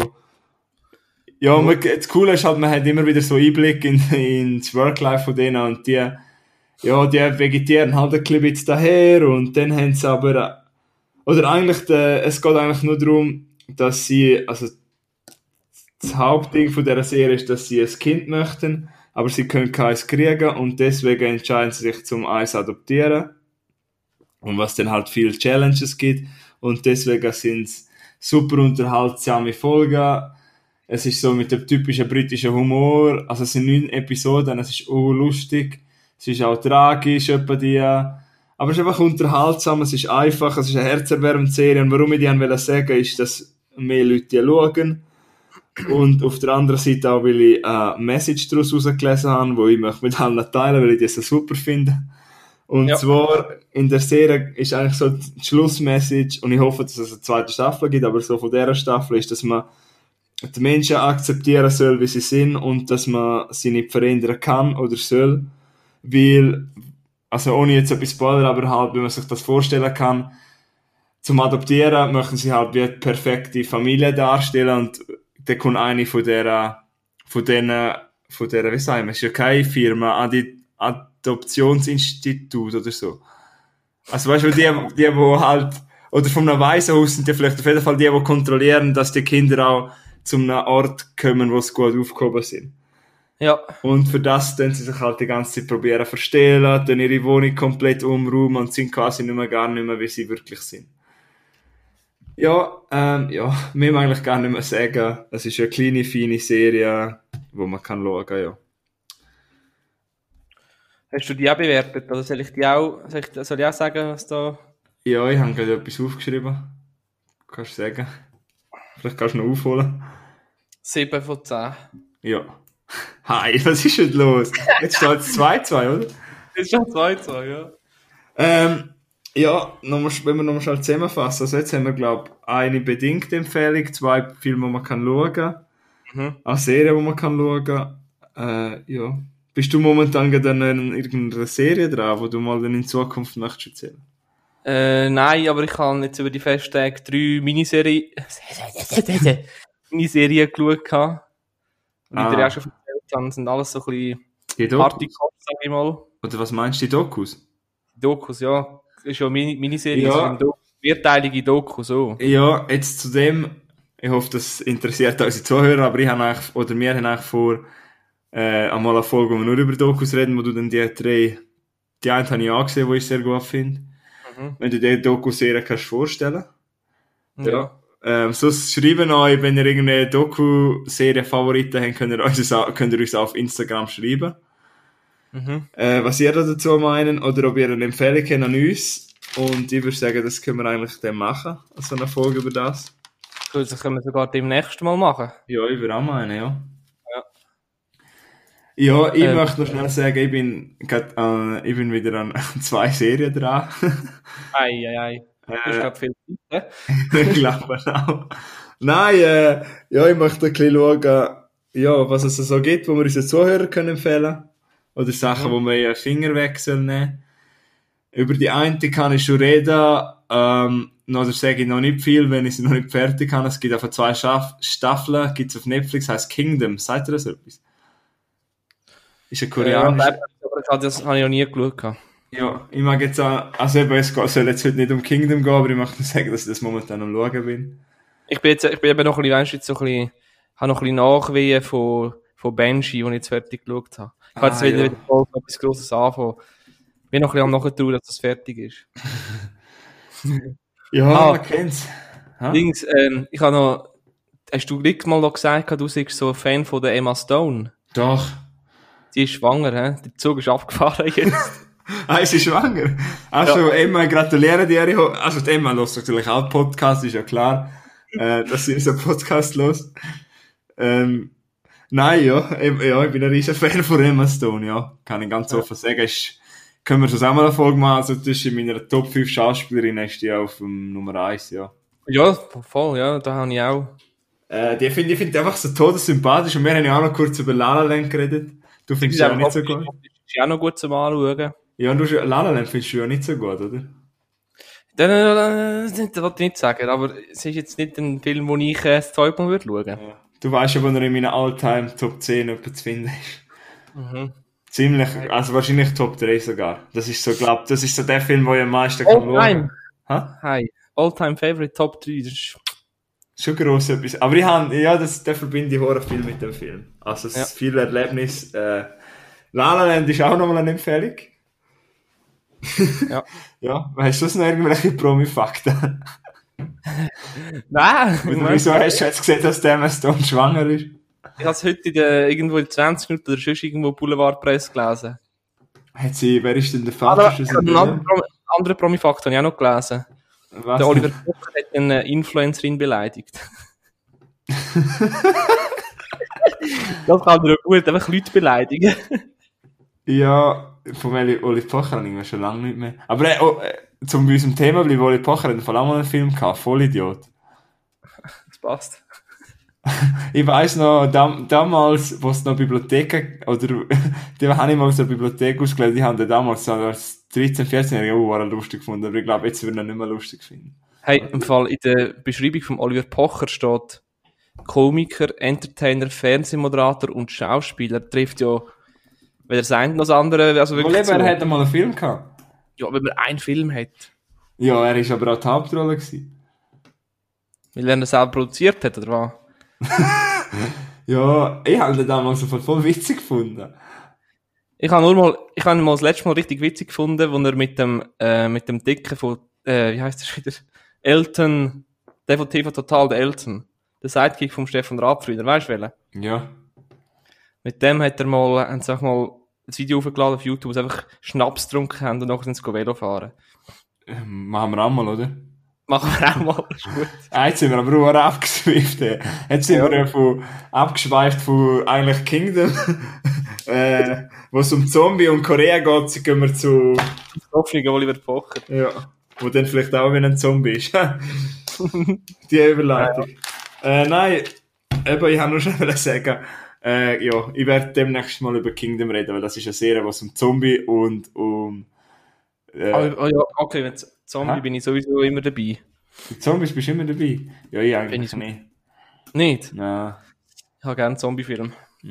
ja, das Coole ist halt, man hat immer wieder so Einblick in das Worklife von denen und die vegetieren halt ein bisschen daher und dann haben sie aber, oder eigentlich, es geht eigentlich nur darum, dass sie, also, das Hauptding von dieser Serie ist, dass sie ein Kind möchten, aber sie können keins kriegen und deswegen entscheiden sie sich zum eins adoptieren. Und was dann halt viele Challenges gibt. Und deswegen sind es super unterhaltsame Folgen. Es ist so mit dem typischen britischen Humor. Also es sind 9 Episoden, es ist lustig. Es ist auch tragisch, etwa die. Aber es ist einfach unterhaltsam, es ist einfach, es ist eine herzerwärmende Serie. Und warum ich die sagen will, ist, dass mehr Leute die schauen. Und auf der anderen Seite auch, weil ich eine Message daraus herausgelesen habe, die ich möchte mit allen teilen, weil ich das so super finde. Und zwar, in der Serie ist eigentlich so die Schlussmessage, und ich hoffe, dass es eine zweite Staffel gibt, aber so von dieser Staffel ist, dass man die Menschen akzeptieren soll, wie sie sind, und dass man sie nicht verändern kann oder soll. Weil, also ohne jetzt etwas Spoiler, aber halt, wenn man sich das vorstellen kann, zum Adoptieren möchten sie halt wie eine perfekte Familie darstellen, und dann kommt eine von der, wie sagen wir, es ist ja keine Firma, Adoptionsinstitut oder so. Also weißt du, die halt, oder von einem Waisenhaus sind die vielleicht auf jeden Fall die kontrollieren, dass die Kinder auch zu einem Ort kommen, wo sie gut aufgehoben sind. Ja. Und für das dann sie sich halt die ganze Zeit probieren verstehen, dann ihre Wohnung komplett umräumen und sind quasi gar nicht mehr, wie sie wirklich sind. Ja, mehr mag ich eigentlich gar nicht mehr sagen. Es ist eine kleine, feine Serie, wo man kann schauen, ja. Hast du die auch bewertet? Oder soll ich auch sagen, was da... Ja, ich habe gerade etwas aufgeschrieben. Kannst du sagen? Vielleicht kannst du noch aufholen. 7 von 10. Ja. Hi, was ist denn los? Jetzt steht es 2-2, oder? Ist schon 2-2, ja. Ja, wenn wir nochmal schnell zusammenfassen. Also jetzt haben wir, glaube ich, eine bedingte Empfehlung, 2 Filme, die man kann schauen. Eine Serie, die man kann schauen. Ja. Bist du momentan gerade in irgendeiner Serie dran, wo du mal dann in Zukunft möchtest erzählen? Nein, aber ich habe jetzt über die Festtage 3 Miniserien geschaut. Wie ich dir auch schon erzählt habe, sind alles so ein bisschen harte Kopf, sag ich mal. Oder was meinst du, die Dokus? Die Dokus, ja. Das ist ja Miniserie, ja. Mehrteilige Doku, so. Ja, jetzt zu dem, ich hoffe, das interessiert unsere Zuhörer, aber wir haben eigentlich vor, einmal eine Folge, wo wir nur über Dokus reden, wo du dann die eine habe ich angesehen, die ich sehr gut finde. Wenn du dir die Doku-Serie kannst vorstellen. Ja. Sonst schreiben euch, wenn ihr irgendeine Doku-Serie-Favoriten habt, könnt ihr uns auf Instagram schreiben. Was ihr dazu meinen, oder ob ihr eine Empfehlung habt an uns. Und ich würde sagen, das können wir eigentlich dann machen, also eine Folge über das. Gut, das können wir sogar demnächst mal machen. Ja, ich würde auch meinen, ja. Ja, ich möchte noch schnell sagen, ich bin wieder an 2 Serien dran. Ei. Das ist gerade viel Zeit, Ich glaube auch. Nein, ich möchte ein bisschen schauen, ja, was es so gibt, wo wir unseren Zuhörern können empfehlen. Oder Sachen, wo wir einen Fingerwechsel nehmen. Über die eine kann ich schon reden, oder sage ich noch nicht viel, wenn ich sie noch nicht fertig habe. Es gibt einfach 2 Staffeln, gibt es auf Netflix, heißt Kingdom. Sagt ihr das etwas? Ist ein koreanischer. Ja, aber das habe ich noch nie geschaut. Ja, ich mag jetzt auch, also eben, es soll jetzt heute nicht um Kingdom gehen, aber ich möchte sagen, dass ich das momentan am Schauen bin. Ich bin eben noch ein bisschen, weißt du, so ein bisschen, habe noch ein bisschen Nachwehen von von Banshee, den ich jetzt fertig geschaut habe. Ich kann jetzt wieder etwas Grosses anfangen. Ich bin noch ein bisschen am Nachtrauern, dass das fertig ist. Ja, man kennt's. Dings, ich habe noch, hast du letztes Mal noch gesagt, du bist so ein Fan von der Emma Stone? Doch. Sie ist schwanger, hä? Der Zug ist abgefahren jetzt. Sie ist schwanger. Also, Emma, gratuliere dir. Also, die Emma hört natürlich auch Podcast, ist ja klar, dass sie unseren Podcast los. Nein, ich bin ein riesen Fan von Emma Stone, ja. Kann ich ganz offen sagen. Können wir zusammen eine Folge machen, also das ist in meiner Top 5 Schauspielerin, ist die auf dem Nummer 1, ja. Ja, voll, ja, da habe ich auch. Die finde ich einfach so todessympathisch und wir haben ja auch noch kurz über La La Land geredet. Du findest sie auch nicht so gut. Ist auch noch gut zum Anschauen. Ja, und La La Land findest du ja nicht so gut, oder? Das wollte ich nicht sagen, aber es ist jetzt nicht ein Film, wo ich das Zeug mal schauen würde. Ja. Du weißt ja, wo er in meinen All-Time Top 10 etwa zu finden ist. Mhm. Ziemlich, also wahrscheinlich Top 3 sogar. Das ist so, das ist so der Film, wo ich am meisten kann schauen. Hi. All-Time Favorite Top 3. Das ist schon gross etwas. Aber der verbinde ich Horror viel mit dem Film. Also, es ist viel Erlebnis. La La Land ist auch nochmal eine Empfehlung. Ja. Ja, hast du noch irgendwelche Promi-Fakten? Nein! Wieso hast du jetzt gesehen, dass der Emma Stone schwanger ist? Ich habe es heute irgendwo in 20 Minuten oder sonst irgendwo Boulevardpresse gelesen. Wer ist denn der Vater? Einen anderen Promi-Fakt habe ich auch noch gelesen. Was der Oliver Pocher hat eine Influencerin beleidigt. Das kann er gut, einfach Leute beleidigen. Ja, von Oliver Pocher habe ich schon lange nicht mehr. Aber zum bei unserem Thema bleiben, Oliver Pocher hat vor allem mal einen Film gehabt, Vollidiot. Das passt. Ich weiss noch, damals, wo es noch Bibliotheken, oder, die habe ich mal aus der Bibliothek ausgelesen, die haben den damals so als 13-, 14-Jähriger lustig gefunden, aber ich glaube, jetzt würde ich ihn nicht mehr lustig finden. Hey, im Fall, in der Beschreibung von Oliver Pocher steht, Komiker, Entertainer, Fernsehmoderator und Schauspieler trifft ja weder das eine noch das andere. Also wirklich er hat mal einen Film gehabt. Ja, wenn man einen Film hat. Ja, er ist aber auch die Hauptrolle gewesen. Weil er ihn selber produziert hat, oder was? Ja, ich habe den damals voll witzig gefunden. Ich habe ihn mal das letzte Mal richtig witzig gefunden, wo er mit dem Dicken von, wie heisst das wieder? Elton, der von TV Total, der Elton. Der Sidekick vom Stefan Raab früher, weißt du welchen? Ja. Mit dem haben sie mal ein Video aufgeladen auf YouTube, wo sie einfach Schnaps getrunken haben und nachher sind sie Velo fahren. Machen wir auch mal, oder? Machen wir auch mal, ist gut. Jetzt sind wir aber auch abgeschweift. Jetzt sind wir abgeschweift von eigentlich Kingdom. Wo es um Zombie und Korea geht, gehen wir zu Hoffnung Oliver Pocher. Ja, wo dann vielleicht auch wieder ein Zombie ist. Die Überleitung. Nein, eben, ich habe nur schon sagen, ich werde demnächst mal über Kingdom reden, weil das ist eine Serie, was um Zombie und um... ja, okay, wenn Zombie bin ich sowieso immer dabei. Die Zombies bist du immer dabei? Ja, ich eigentlich nicht. Nicht? Nein. Ich habe gerne Zombie-Film.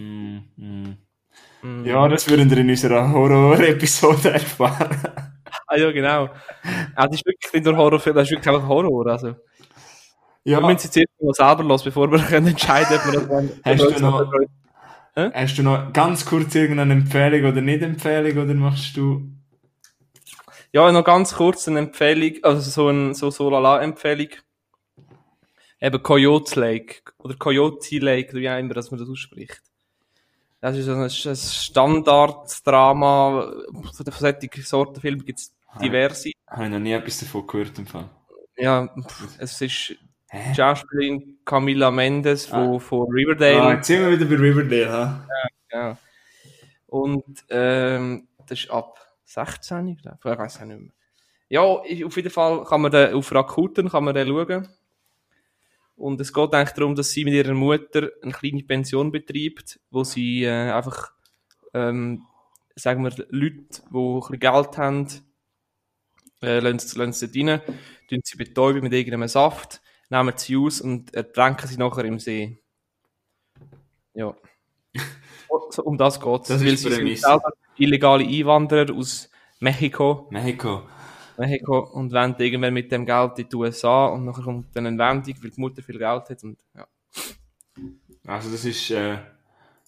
Ja, das würden wir in unserer Horror-Episode erfahren. Ja, genau. Das ist wirklich nicht nur Horrorfilm, das ist wirklich einfach Horror. Also. Ja. Wir müssen jetzt erst mal selber los, bevor wir entscheiden können, ob wir das Hast du noch ganz kurz irgendeine Empfehlung oder Nicht-Empfehlung, oder machst du... Ja, noch ganz kurz eine Empfehlung, also so Lala-Empfehlung. Eben Coyote Lake, oder Coyote Lake, wie auch immer, dass man das ausspricht. Das ist ein Standard-Drama, von solchen Sorten Filmen gibt es diverse. Habe ich noch nie etwas davon gehört im Fall. Ja, es ist die Schauspielerin Camila Mendes von Riverdale. Jetzt sind wir wieder bei Riverdale, ha? Ja. Und das ist ab 16, ich glaube. Ich weiß es nicht mehr. Ja, auf jeden Fall kann man den auf Rakuten schauen. Und es geht eigentlich darum, dass sie mit ihrer Mutter eine kleine Pension betreibt, wo sie einfach, sagen wir, Leute, die ein bisschen Geld haben, lassen sie dort rein, tun sie betäuben mit irgendeinem Saft, nehmen sie aus und ertränken sie nachher im See. Ja. So, um das geht es. Das Weil ist sie sind selber illegale Einwanderer aus Mexiko. Und wollen irgendwann mit dem Geld in die USA und nachher kommt dann eine Wendung, weil die Mutter viel Geld hat und ja. Also das ist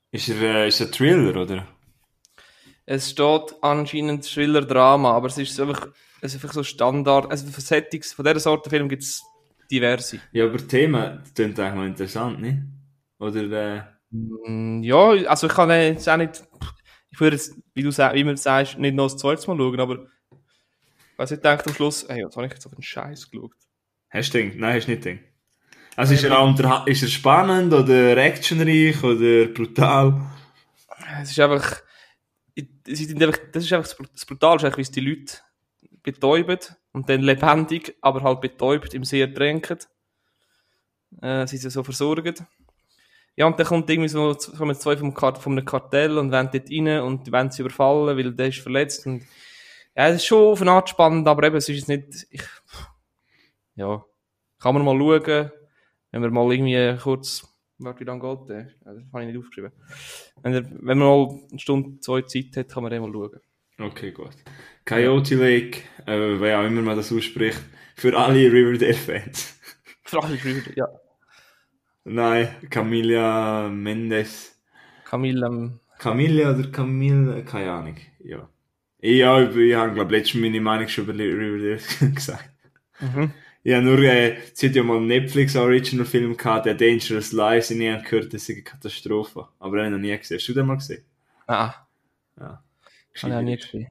Ist er Thriller, oder? Es steht anscheinend Thriller-Drama, aber es ist einfach so Standard. Also für Settings von dieser Sorte Film gibt es diverse. Ja, aber Themen, das klingt eigentlich noch interessant, nicht? Oder, Ja, also ich kann jetzt auch nicht, ich würde jetzt, wie man sagst, nicht noch das zweites Mal schauen, aber was ich denke am Schluss, hey, was habe ich jetzt auf den Scheiß geschaut? hast du gedacht? Nein, hast du nicht gedacht. Also ist er spannend oder actionreich oder brutal? Es ist einfach, das ist einfach das Brutale, ist eigentlich, wie es die Leute betäuben und dann lebendig, aber halt betäubt im See ertränken. Sie sind so versorgt. Ja, und dann kommt irgendwie kommen zwei vom einem Kartell und wollen dort rein und die wollen sie überfallen, weil der ist verletzt. Und ja, es ist schon auf eine Art spannend, aber eben, es ist jetzt nicht, ja, kann man mal schauen, wenn wir mal irgendwie kurz, warte, wie lange geht der? Das habe ich nicht aufgeschrieben. Wenn man mal eine Stunde, 2 Zeit hat, kann man den mal schauen. Okay, gut. Coyote Lake, wer auch immer man das ausspricht, für alle Riverdale-Fans. Für alle Riverdale, ja. Nein, Camilla Mendes. Camilla oder Camille, keine Ahnung, ja. Ich habe, glaube ich, letztens meine Meinung schon über Riverdale gesagt. Mhm. Ja, nur, sie hat ja mal einen Netflix-Original-Film gehabt, der Dangerous Lies, und ich habe gehört, das ist eine Katastrophe. Aber ich habe noch nie gesehen. Hast du den mal gesehen? Ah. Ja. Habe ich auch nie gesehen.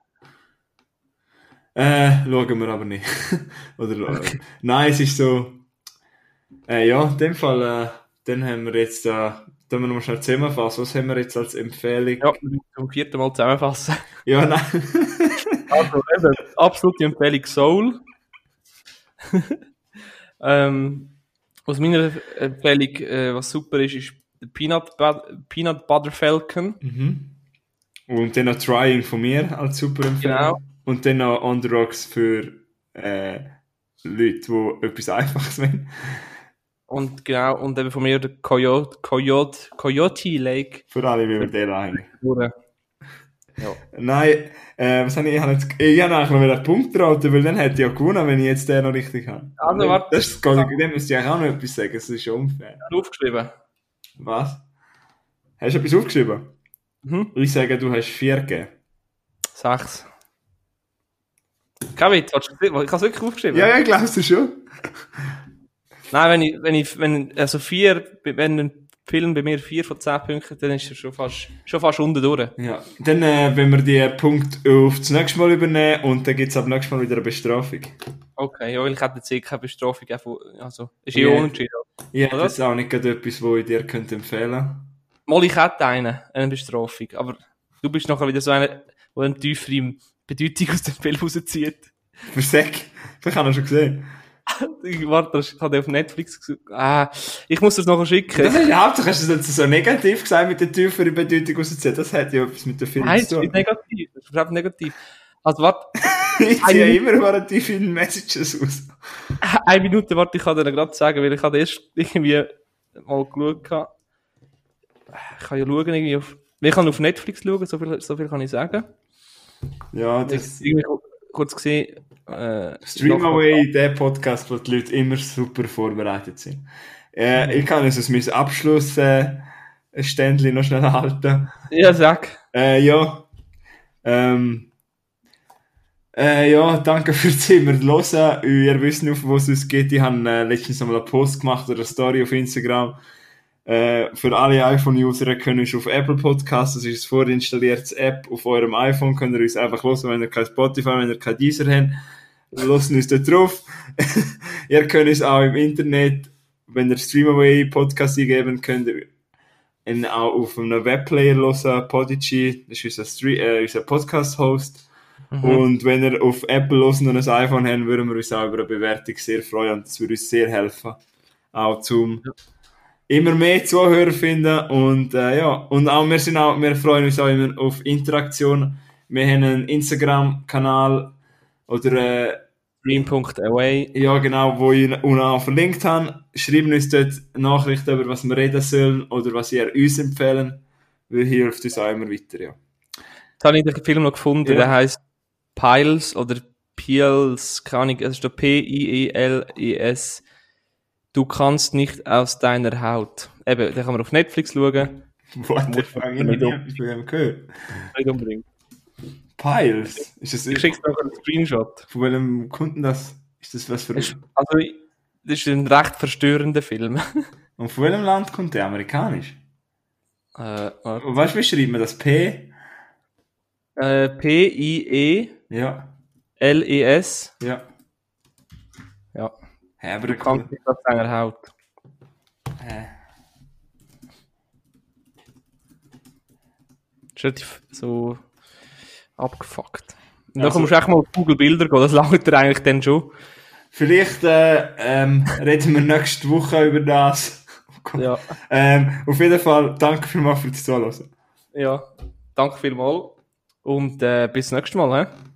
Schauen wir aber nicht. Oder okay. Nein, es ist so, ja, in dem Fall, dann haben wir jetzt, dann wir noch mal schnell zusammenfassen. Was haben wir jetzt als Empfehlung? Ja, zum 4. Mal zusammenfassen. Ja, nein. Also, eben, absolute Empfehlung Soul. Aus meiner Empfehlung, was super ist der Peanut Butter Falcon. Mhm. Und dann noch Trying von mir als super Empfehlung. Genau. Und dann noch On the Rocks für Leute, die etwas Einfaches wollen. Und genau, und eben von mir der Coyote Lake. Für alle, wie wir den anhängen. Ja. Nein, was habe ich? Ich habe eigentlich noch einen Punkt geraten, weil dann hätte ich ja gewonnen, wenn ich jetzt den noch richtig habe. Also, warte. Das ist gar nicht, dem müsste ich eigentlich auch noch etwas sagen, das ist schon unfair. Ich habe aufgeschrieben. Was? Hast du etwas aufgeschrieben? Mhm. Ich sage, du hast 4 gegeben. 6. Kein Witz, hast du gesehen? Ich habe es wirklich aufgeschrieben. Ja, glaubst du schon? Nein, wenn ein Film bei mir 4 von 10 Punkten, dann ist er schon fast unten durch. Ja, dann, wenn wir die Punkte auf das nächste Mal übernehmen und dann gibt es ab nächstes Mal wieder eine Bestrafung. Okay, ja, weil ich hätte jetzt keine Bestrafung, also, ist unentschieden. Ich hätte jetzt auch nicht gerade etwas, was ich dir könnte empfehlen könnte. Mal, ich hätte eine Bestrafung, aber du bist nachher wieder so einer, der eine tiefere Bedeutung aus dem Film rauszieht. Für Säck? Das habe ich schon gesehen. Warte, ich habe den auf Netflix gesucht. Ich muss das nachher schicken. Das ist Hauptsache, hast du das so negativ gesagt mit der tieferen Bedeutung rausziehen. Das hat ja etwas mit dem Film zu tun. Nein, das ist überhaupt negativ. Also, warte. Ich ziehe immer relativ viele Messages aus. 1 Minute, warte, ich kann dir gerade sagen, weil ich habe erst irgendwie mal geschaut. Ich kann ja schauen, irgendwie ich kann auf Netflix schauen, so viel kann ich sagen. Ja, das... Ich kurz gesehen... Stream Away, der Podcast, wo die Leute immer super vorbereitet sind. Ich kann also mein Abschlussständchen noch schnell halten. Ja, sag. Ja, danke fürs immer hören. Ihr wisst, auf was es geht. Ich habe letztens noch mal einen Post gemacht oder eine Story auf Instagram. Für alle iPhone-User können ihr auf Apple Podcasts, das ist eine vorinstallierte App auf eurem iPhone, könnt ihr uns einfach hören, wenn ihr kein Spotify, wenn ihr kein Deezer habt. Lasst uns da drauf. Ihr könnt uns auch im Internet, wenn ihr Streamaway Podcast eingeben, könnt ihr ihn auch auf einem Webplayer hören, Podigy, das ist unser Podcast-Host. Mhm. Und wenn ihr auf Apple hören und ein iPhone habt, würden wir uns auch über eine Bewertung sehr freuen und das würde uns sehr helfen. Auch zum immer mehr Zuhörer finden und und auch wir freuen uns auch immer auf Interaktion. Wir haben einen Instagram-Kanal oder Dream.away. Ja, genau, wo ich auch verlinkt habe. Schreiben uns dort Nachrichten über was wir reden sollen oder was ihr uns empfehlen. Weil hilft uns auch immer weiter, ja. Jetzt habe ich den Film noch gefunden, der heisst Piles oder Piels, keine Ahnung, es ist Piles. Du kannst nicht aus deiner Haut. Eben, den kann man auf Netflix schauen. What the fuck, ich habe nie etwas von dem gehört. Nicht unbedingt. Piles? Ist das, Ich schicke dir noch einen Screenshot. von welchem Kunden das? Ist das was für... Also, das ist ein recht verstörender Film. Und von welchem Land kommt der? Amerikanisch? Warte. Und weißt du, wie schreibt man das? P? P-I-E-L-E-S. Ja. Ja. Hä, aber Du kannst nicht auf seiner Haut. Das ist relativ so abgefuckt. Und dann musst du echt mal auf Google Bilder gehen, das langt dir eigentlich dann schon. Vielleicht reden wir nächste Woche über das. Ja. Auf jeden Fall, danke vielmals fürs Zuhören. Ja, danke vielmals und bis nächstes Mal. He?